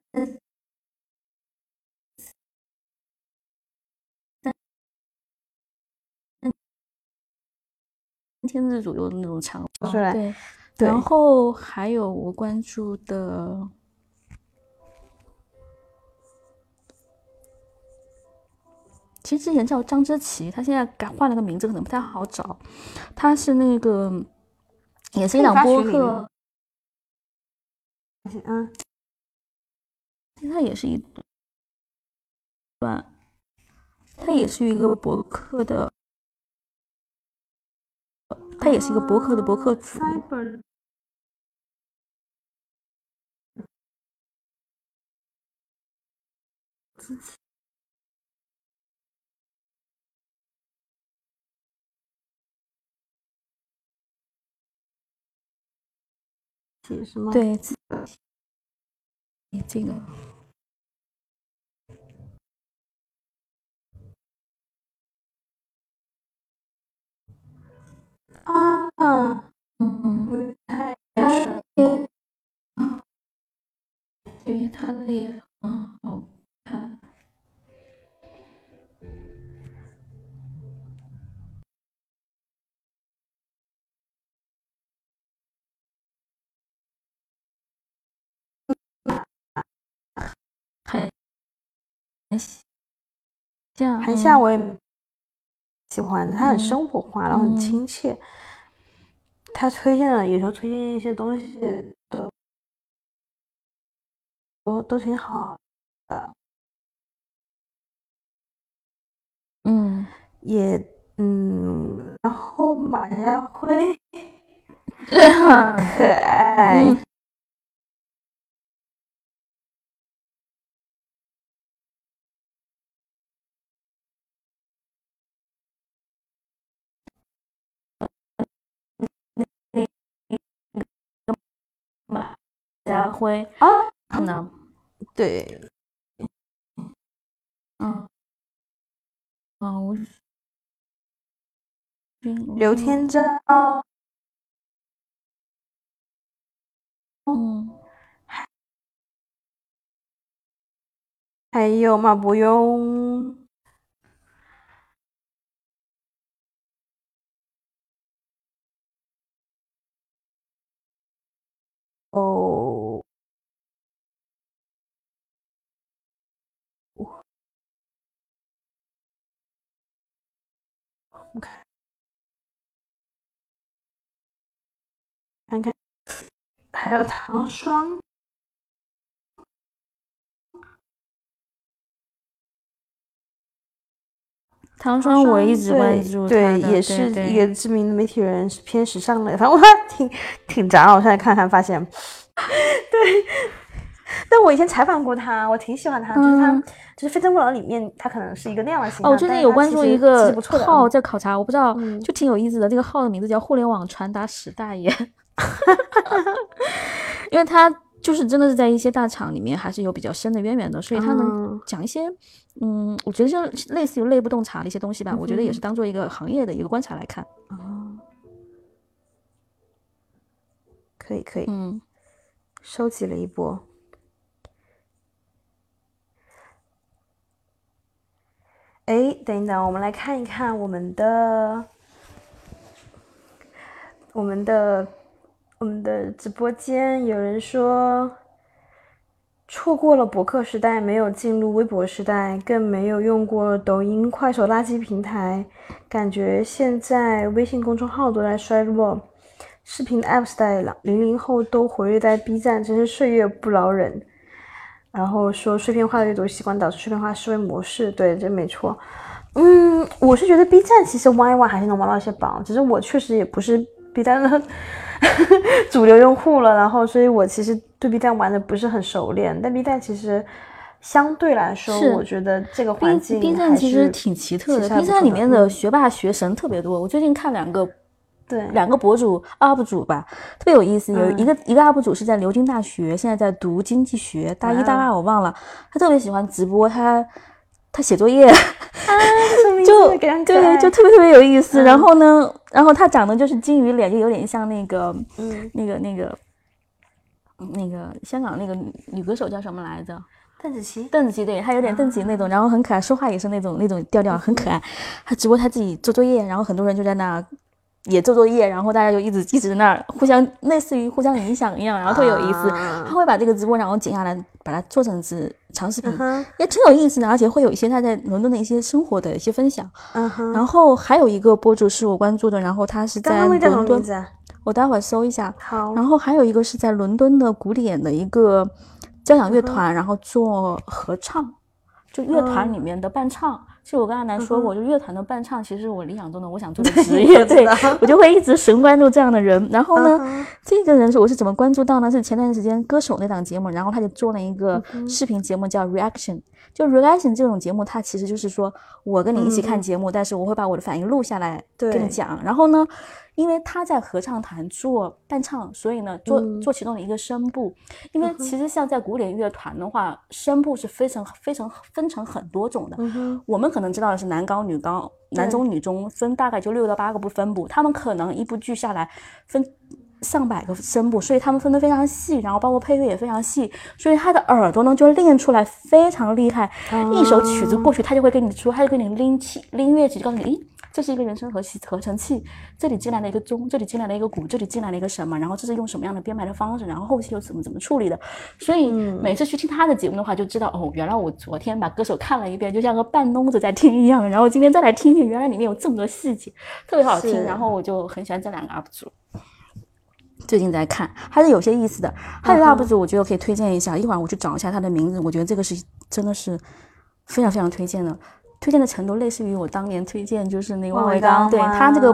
3天日左右的那种长文。对。然后还有我关注的。其实之前叫张之琪，他现在换了个名字，可能不太好找。他是那个，也是一档播客，他也是一段，他也是一个博客的，他也是一个博客的博客主。 是吗？ 对，这个对，他的也很好看。 韩夏我也喜欢，他很生活化，然后很亲切。他推荐的有时候推荐一些东西都挺好的。然后马家辉很可爱。 马家辉对，刘天章，还有马伯庸。看看，还有唐双。 唐双我一直关注他的，对，也是一个知名的媒体人，是偏时尚类，反正我挺杂。我现在看发现，对。但我以前采访过他，我挺喜欢他，就是他就是《非诚勿扰》里面，他可能是一个那样的形象。 我最近有关注一个号在考察，我不知道，就挺有意思的。这个号的名字叫“互联网传达史大爷”，因为他就是真的是在一些大厂里面还是有比较深的渊源的，所以他能讲一些我觉得就类似于内部洞察的一些东西吧。我觉得也是当做一个行业的一个观察来看。 可以，收集了一波。哎，等一等，我们来看一看我们的直播间，有人说错过了博客时代，没有进入微博时代，更没有用过抖音、快手垃圾平台，感觉现在微信公众号都在衰落。视频 App 时代00后都活跃在 B 站，真是岁月不饶人。然后说碎片化的阅读习惯导致碎片化思维模式，对，这没错。我是觉得 B 站其实挖一挖还是能挖到一些宝，只是我确实也不是 B 站的主流用户了，然后所以我其实对 B 站玩的不是很熟练，但 B 站其实相对来说，我觉得这个环境 B 站其实挺奇特的。B 站里面的学霸学神特别多。我最近看两个博主 UP 主吧，特别有意思。有一个 UP 主是在牛津大学，现在在读经济学，大一大二我忘了。他特别喜欢直播，他写作业就对，就特别有意思。然后呢，他长得就是金鱼脸，就有点像那个香港那个女歌手叫什么来着？ 邓紫棋， 对，她有点邓紫棋那种，然后很可爱，说话也是那种调调，很可爱。她直播她自己做作业，然后很多人就在那也做作业，然后大家就一直在那儿互相类似于互相影响一样，然后特别有意思。他会把这个直播然后剪下来，把它做成长视频，也挺有意思的，而且会有一些他在伦敦的一些生活的一些分享。然后还有一个博主是我关注的，然后他是在伦敦，我待会儿搜一下。 好。 然后还有一个是在伦敦的古典的一个交响乐团，然后做合唱，就乐团里面的伴唱。其实我刚才说过，就乐团的伴唱其实是我理想中的我想做的职业。对，我就会一直神关注这样的人。然后呢，这个人我是怎么关注到呢？是前段时间歌手那档节目，然后他就做了一个视频节目叫 Reaction。就 Reaction 这种节目，它其实就是说我跟你一起看节目，但是我会把我的反应录下来跟你讲。然后呢，因为他在合唱团做伴唱，所以呢做其中的一个声部。因为其实像在古典乐团的话，声部是非常分成很多种的。我们可能知道的是男高女高，男中女中，分大概就6到8个分部。他们可能一部剧下来分上百个声部，所以他们分得非常细，然后包括配乐也非常细，所以他的耳朵呢就练出来非常厉害。一首曲子过去，他就会跟你说，他就跟你拎乐器，就告诉你，这是一个人声合成器，这里进来了一个钟，这里进来了一个鼓，这里进来了一个什么，然后这是用什么样的编排的方式，然后后期又怎么处理的。所以每次去听他的节目的话，就知道原来我昨天把歌手看了一遍，就像个半聋子在听一样，然后今天再来听听，原来里面有这么多细节，特别好听。然后我就很喜欢这两个 UP 主。最近在看，还是有些意思的。还有 UP 主，我觉得可以推荐一下。一会儿我去找一下他的名字，我觉得这个是真的是非常非常推荐的。推荐的程度类似于我当年推荐就是那个万维刚，对他这个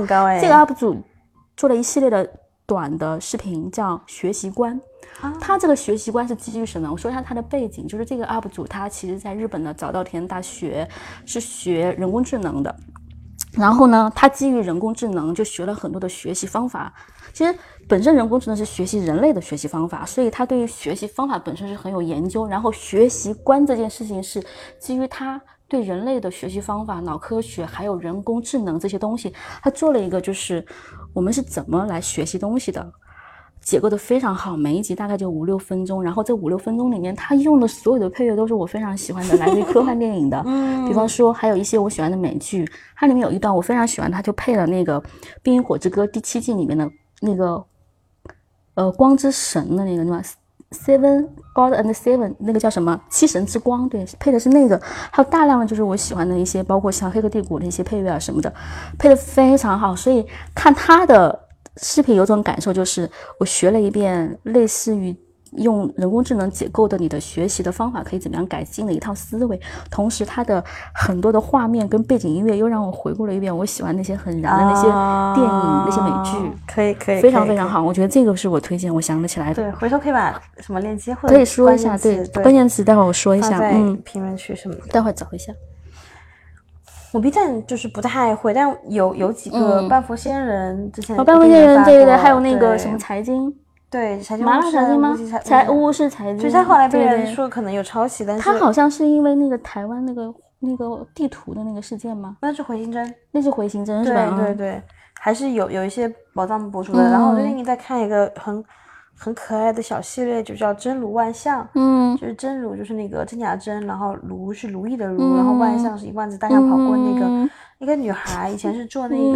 UP 主做了一系列的短的视频，叫学习观。他这个学习观是基于什么？我说一下他的背景，就是这个 UP 主他其实在日本的早稻田大学是学人工智能的。然后呢，他基于人工智能就学了很多的学习方法。其实本身人工智能是学习人类的学习方法，所以他对于学习方法本身是很有研究。然后学习观这件事情是基于他对人类的学习方法、脑科学还有人工智能这些东西，他做了一个就是我们是怎么来学习东西的。结构的非常好，每一集大概就5-6分钟，然后这5-6分钟里面他用的所有的配乐都是我非常喜欢的，来自于科幻电影的比方说还有一些我喜欢的美剧，它里面有一段我非常喜欢，他就配了那个《冰与火之歌》第7季里面的那个光之神的那个Seven God and Seven 那个叫什么7神之光，对，配的是那个。还有大量的就是我喜欢的一些包括像黑客帝国的一些配乐啊什么的，配的非常好。所以看他的视频有种感受，就是我学了一遍类似于用人工智能解构的你的学习的方法可以怎么样改进的一套思维，同时它的很多的画面跟背景音乐又让我回顾了一遍我喜欢那些很燃的那些电影、那些美剧， 可以非常非常好。我觉得这个是我推荐我想得起来的。 对，回头可以把什么链接或者可以说一下，对，关键词待会儿我说一下， 评论区什么的， 待会儿找一下。 我 B 站就是不太会，但有几个半佛仙人之前半佛仙人对，还有那个什么财经， 对，财经麻辣财经吗？巫师财经， 所以他后来被人说可能有抄袭，但是他好像是因为那个台湾那个地图的那个事件吗？ 那是回形针， 是吧？ 对，还是有一些宝藏博主的。然后我最近在看一个很可爱的小系列，就叫真如万象，就是真如就是那个真假真，然后如是如意的如，然后万象是一万只大象跑过那个女孩以前是做那个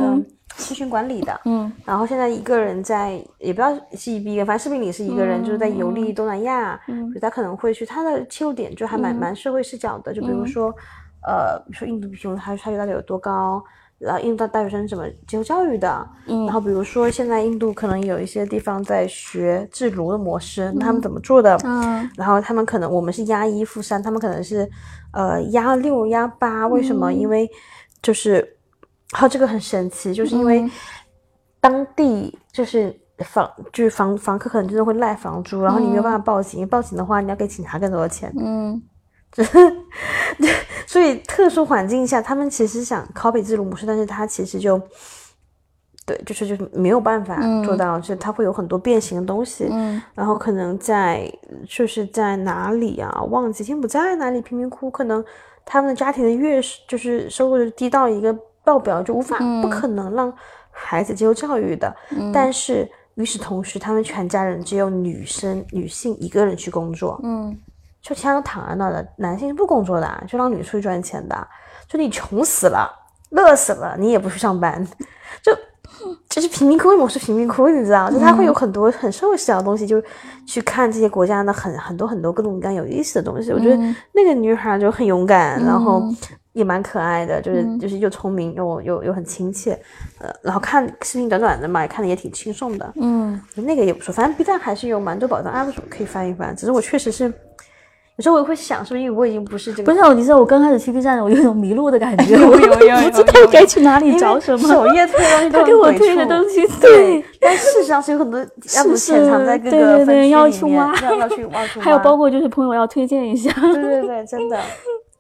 青训管理的，然后现在一个人在，也不知道是一个，反正视频里是一个人，就是在游历东南亚，就他可能会去，他的切入点就还蛮社会视角的，就比如说，比如说印度贫穷，他到底有多高，然后印度大学生怎么接受教育的，然后比如说现在印度可能有一些地方在学制炉的模式，他们怎么做的，然后他们可能我们是押1付3，他们可能是押6押8，为什么？因为就是。然后这个很神奇，就是因为当地就是房客可能真的会赖房租，然后你没有办法报警，因为报警的话你要给警察更多的钱。所以特殊环境下，他们其实想 copy 制度模式，但是他其实就没有办法做到，就是它会有很多变形的东西。然后可能在哪里啊，忘记柬埔寨哪里贫民窟，可能他们的家庭的就是收入低到一个报表就不可能让孩子接受教育的，但是与此同时，他们全家人只有女性一个人去工作，就其他都躺在那的，男性是不工作的，就让女出去赚钱的，就你穷死了、饿死了，你也不去上班，就是贫民窟，为什么是贫民窟？你知道，就他会有很多很社会视角的东西，就去看这些国家的很多各种各样有意思的东西。我觉得那个女孩就很勇敢，然后也蛮可爱的，就是又聪明又很亲切，然后看视频短短的嘛，也看的也挺轻松的，那个也不错。反正 B 站还是有蛮多宝藏 UP 主可以翻一翻，只是我确实是。有时候我也会想，是不是因为我已经不是这个？ 不是，你知道我刚开始去 B 站，我有一种迷路的感觉， 有不知道该去哪里找什么。 首页推的东西， 他给我推的东西， 对，但事实上是有很多UP主潜藏在各个分区里面，要去挖， 还有包括就是朋友要推荐一下， 对，真的。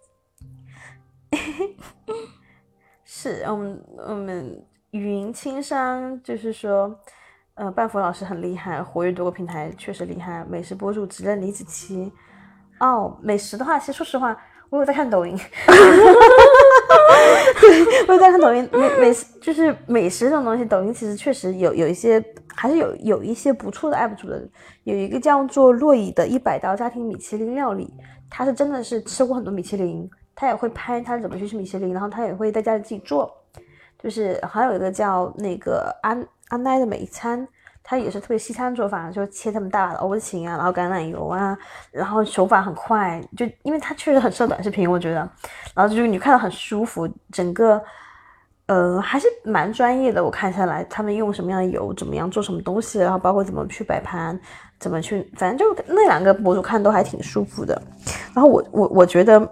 是我们云轻商就是说，半佛老师很厉害，活跃多个平台确实厉害，美食博主直认李子柒。美食的话，其实说实话，我有在看抖音，我有在看抖音，美食这种东西，抖音其实确实有一些，还是有一些不错的 UP 主的。有一个叫做洛伊的100道家庭米其林料理，他是真的是吃过很多米其林，他也会拍他怎么去吃米其林，然后他也会在家里自己做。就是还有一个叫那个安奈的美餐。它也是特别西餐做法，就切他们大把的欧芹啊，然后橄榄油啊，然后手法很快，就因为它确实很适合短视频，我觉得，然后就是你看到很舒服，整个还是蛮专业的。我看下来，他们用什么样的油，怎么样做什么东西，然后包括怎么去摆盘，怎么去，反正就那2个博主看都还挺舒服的。然后我觉得，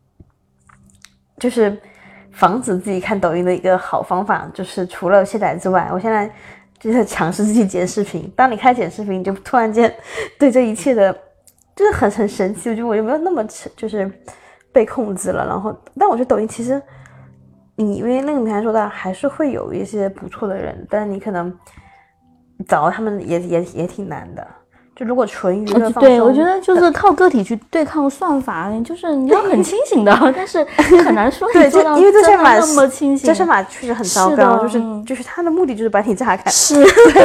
就是防止自己看抖音的一个好方法，就是除了卸载之外，我现在。就是尝试自己剪视频，当你开剪视频，就突然间对这一切的，就是很神奇。我觉得我就没有那么就是被控制了。然后，但我觉得抖音其实，你因为那个平台说到，还是会有一些不错的人，但是你可能找到他们也挺难的。就如果纯娱乐放松， 对，我觉得就是靠个体去对抗算法，就是你要很清醒的，但是很难说你做到因为这算法那么清醒。 这算法确实很糟糕，就是它的目的就是把你榨干。 是，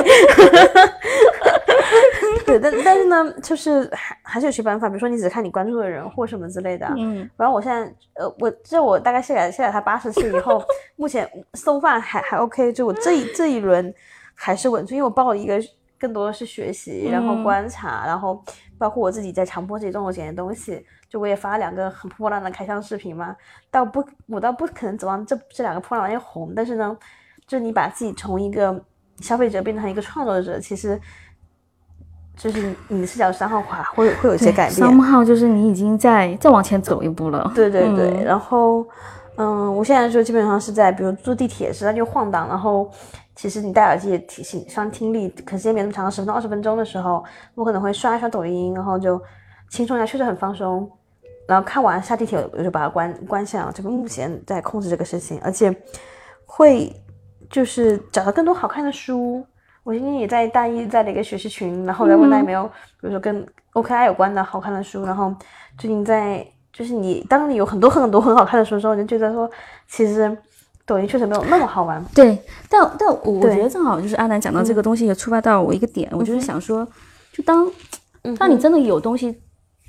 对，但是呢，就是还是有些办法，比如说你只看你关注的人或什么之类的。反正我现在我大概卸载它80次以后，目前搜饭还 OK， 就我这一轮还是稳住，因为我报了一个。更多的是学习，然后观察，然后包括我自己在强迫自己动手剪的东西，就我也发了2个很破烂的开箱视频嘛，我倒不可能指望这2个破烂玩意红，但是呢，就是你把自己从一个消费者变成一个创作者，其实就是你的视角商号化会有一些改变， 商号就是你已经再往前走一步了， 对，然后我现在就基本上是在比如坐地铁时，它就晃荡，然后。其实你戴耳机也伤听力，可时间没那么长，10分钟20分钟的时候，我可能会刷一刷抖音，然后就轻松一下，确实很放松。然后看完下地铁，我就把它关下，这个目前在控制这个事情，而且会就是找到更多好看的书。我今天也在大一在了一个学习群，然后来问大家有没有，比如说跟 OKR 有关的好看的书。然后最近就是当你有很多很好看的书的时候，你就觉得说，其实。抖音确实没有那么好玩， 对，但我觉得正好就是阿南讲到这个东西，也触发到我一个点，我就是想说，就当你真的有东西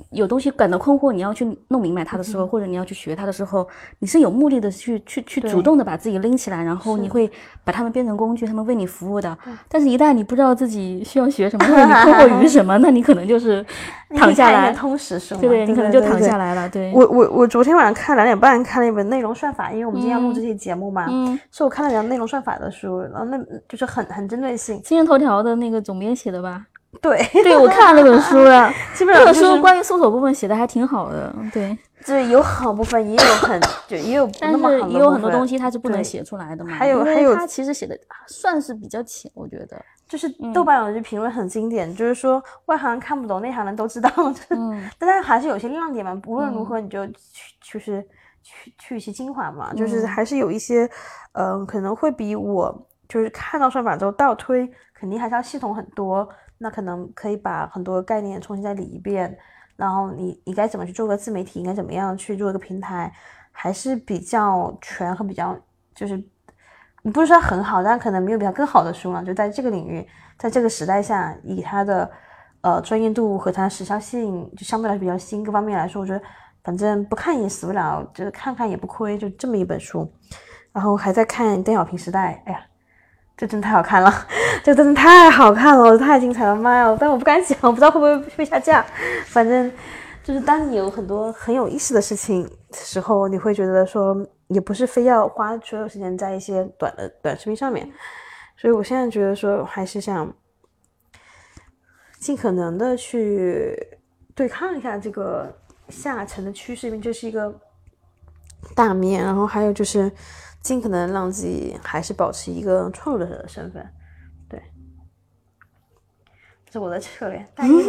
有东西感到困惑，你要去弄明白它的时候，或者你要去学它的时候，你是有目的的去主动的把自己拎起来，然后你会把它们变成工具，他们为你服务的。但是一旦你不知道自己需要学什么，或者你困惑于什么，那你可能就是躺下来， 通识书， 对，你可能就躺下来了。对， 我昨天晚上看2点半看了一本内容算法，因为我们今天要录这期节目嘛，所以我看了2内容算法的书，然后那就是很针对性。 今日头条的那个总编写的吧？ 对， 我看了那本书了， 基本上那本书关于搜索部分写的还挺好的，对。 这有好部分，也有也有不那么好的部分， 但是也有很多东西它是不能写出来的嘛。 还有它其实写的算是比较浅，我觉得。 就是豆瓣有一句评论很经典，就是说外行人看不懂，内行人都知道。但它还是有些亮点嘛，无论如何你就去一些精华嘛，就是还是有一些可能会比我就是看到算法之后倒推，肯定还是要系统很多。那可能可以把很多概念重新再理一遍，然后你该怎么去做个自媒体，应该怎么样去做一个平台，还是比较全和比较就是不是说很好，但可能没有比它更好的书了。就在这个领域，在这个时代下，以它的专业度和它的时效性，就相对来说比较新，各方面来说，我觉得反正不看也死不了，就是看看也不亏，就这么一本书。然后还在看《邓小平时代》，哎呀。这真太好看了，这真的太好看了，太精彩了，妈呀！但我不敢讲，我不知道会不会被下架。反正就是当你有很多很有意思的事情的时候，你会觉得说也不是非要花所有时间在一些短视频上面。所以我现在觉得说还是想尽可能的去对抗一下这个下沉的趋势，因为这是一个大面。然后还有就是尽可能让自己还是保持一个创作者的身份，对，这是我的策略。大一呢？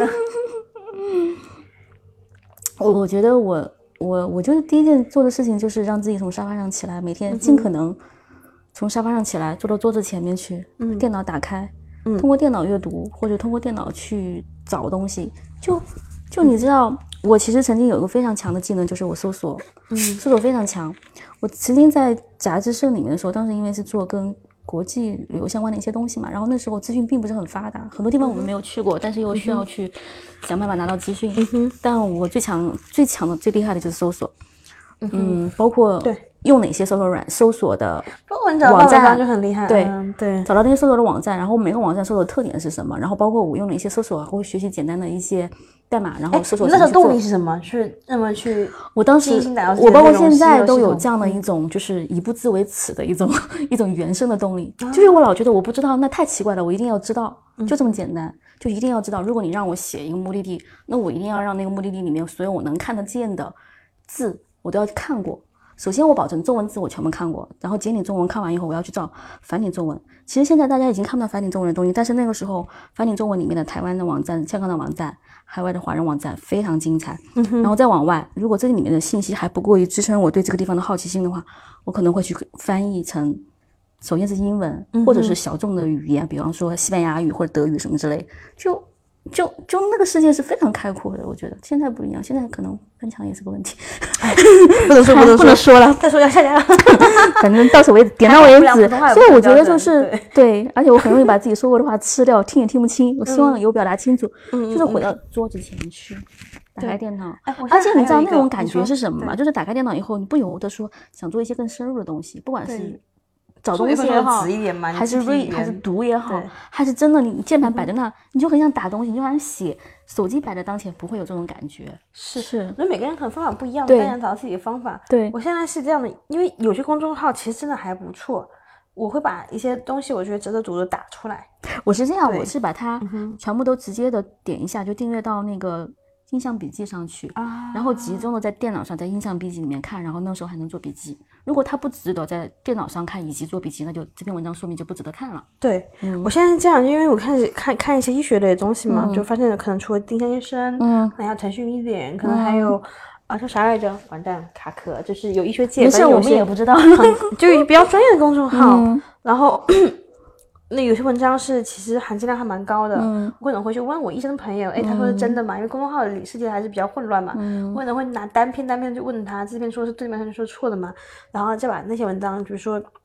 我觉得我就是第一件做的事情就是让自己从沙发上起来，每天尽可能从沙发上起来，坐到桌子前面去，电脑打开，通过电脑阅读或者通过电脑去找东西。就你知道，我其实曾经有一个非常强的技能，就是我搜索，搜索非常强。我曾经在杂志社里面的时候，当时因为是做跟国际旅游相关的一些东西嘛，然后那时候资讯并不是很发达，很多地方我们没有去过，但是又需要去想办法拿到资讯。但我最强的、最厉害的就是搜索，包括用哪些搜索的网站就很厉害，对， 找到那些搜索的网站，然后每个网站搜索的特点是什么，然后包括我用哪些搜索，会学习简单的一些代码，然后搜索。 那时候动力是什么？是那么去？ 我当时我包括现在都有这样的一种，就是以不知为耻的一种原生的动力，就是我老觉得我不知道，那太奇怪了，我一定要知道，就这么简单，就一定要知道。如果你让我写一个目的地，那我一定要让那个目的地里面所有我能看得见的字，我都要看过。首先我保证中文字我全部看过，然后简体中文看完以后，我要去找繁体中文。其实现在大家已经看不到繁体中文的东西，但是那个时候繁体中文里面的台湾的网站、香港的网站、海外的华人网站非常精彩。然后再往外，如果这里面的信息还不过于支撑我对这个地方的好奇心的话，我可能会去翻译成，首先是英文，或者是小众的语言，比方说西班牙语或者德语什么之类，就那个世界是非常开阔的，我觉得现在不一样，现在可能翻墙也是个问题，不能说了， 再说要下架， 反正到此为止，点到为止。所以我觉得就是对，而且我很容易把自己说过的话吃掉，听也听不清。我希望有表达清楚，就是回到桌子前去，打开电脑。而且你知道那种感觉是什么吗？就是打开电脑以后，你不由得说想做一些更深入的东西，不管是找东西也好，还是读也好，还是真的你键盘摆在那，你就很想打东西，你就很想写。手机摆在当前不会有这种感觉， 是，那每个人可能方法不一样，大家找到自己的方法。 对， 我现在是这样的，因为有些公众号其实真的还不错，我会把一些东西我觉得值得读的打出来。 我是这样，我是把它全部都直接的点一下就订阅到那个印象笔记上去，然后集中的在电脑上，在印象笔记里面看，然后那时候还能做笔记。如果它不值得在电脑上看以及做笔记，那就这篇文章说明就不值得看了。 对，我现在是这样，因为我开始看一些医学类的东西嘛，就发现可能除了丁香医生，还有腾讯医典，可能还有叫啥来着？完蛋，卡壳，就是有医学界， 没事，我们也不知道， 就比较专业的公众号，然后。那有些文章是其实含金量还蛮高的，我可能会去问我医生的朋友，他说是真的吗？因为公众号的世界还是比较混乱嘛，我可能会拿单篇去问他，这篇说的是对吗？他就说错的嘛，然后再把那些文章，比如说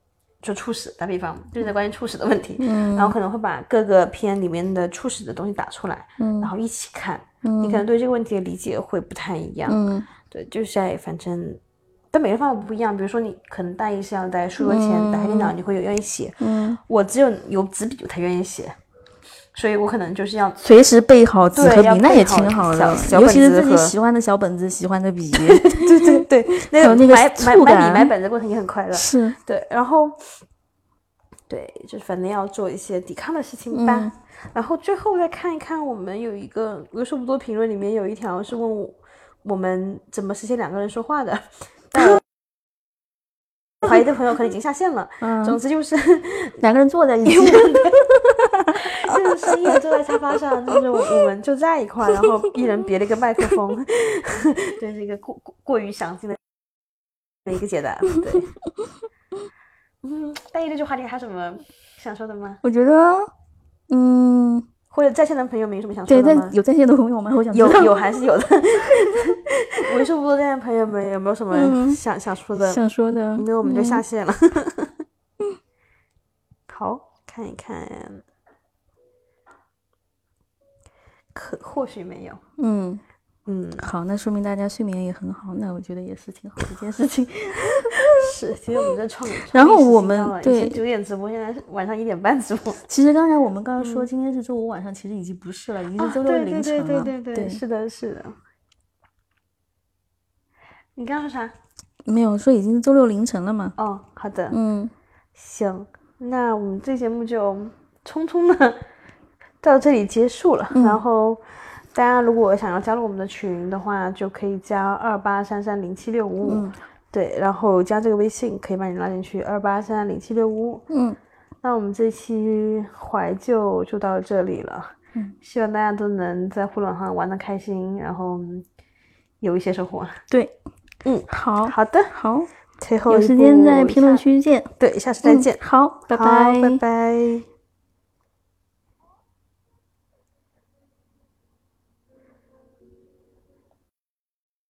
就初始，打比方就是关于初始的问题，然后可能会把各个篇里面的初始的东西打出来，然后一起看，你可能对这个问题的理解会不太一样，对，就是反正。但每个人方法不一样，比如说你可能大一是要在书桌前打开电脑，你会有愿意写，我只有纸笔我才愿意写，所以我可能就是要随时备好纸和笔，那也挺好的，尤其是自己喜欢的小本子、喜欢的笔， 对，那个买笔买本子过程也很快乐， 是对，然后对，就是反正要做一些抵抗的事情吧，然后最后再看一看，我们有一个为数不多评论里面有一条是问我们怎么实现2个人说话的。但我怀疑的朋友可能已经下线了。总之就是 2个人坐在一起， 就是深夜坐在沙发上，就是我们就在一块，然后一人别了一个麦克风，这是一个过于详尽的一个解答。对，大一这句话题还有什么想说的吗？ 我觉得， 或者在线的朋友们有什么想说的吗？ 对，有在线的朋友吗？我想知道有还是有的。为数不多在线的朋友们有没有什么想说的？ 想说的， 那我们就下线了。好，看一看，或许没有。 好，那说明大家睡眠也很好，那我觉得也是挺好的一件事情。 是，其实我们在创然后我们对 9点直播，现在是晚上1点半直播。 其实刚才我们刚刚说今天是周5晚上，其实已经不是了，已经是周6凌晨了。 对，是的。你刚刚说啥？ 没有说已经是周6凌晨了嘛？ 哦，好的。行，那我们这节目就匆匆的到这里结束了。然后大家如果想要加入我们的群的话，就可以加2833076555。对，然后加这个微信可以把你拉进去2833076555。那我们这期怀旧就到这里了。希望大家都能在互联网上玩得开心，然后有一些收获。 对，好的， 好， 最后有时间在评论区见。 对，下次再见。 好，拜拜， 拜拜。